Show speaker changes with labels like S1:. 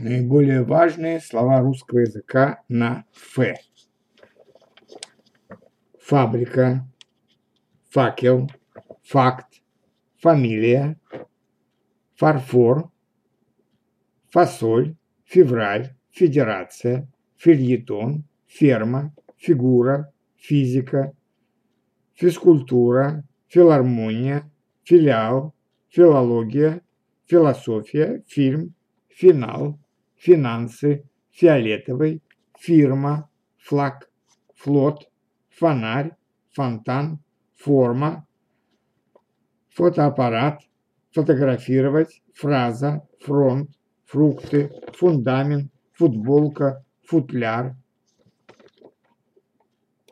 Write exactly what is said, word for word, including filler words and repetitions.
S1: Наиболее важные слова русского языка на «ф». Фабрика, факел, факт, фамилия, фарфор, фасоль, февраль, федерация, фельетон, ферма, фигура, физика, физкультура, филармония, филиал, филология, философия, фильм, финал, финансы, фиолетовый, фирма, флаг, флот, фонарь, фонтан, форма, фотоаппарат, фотографировать, фраза, фронт, фрукты, фундамент, футболка, футляр,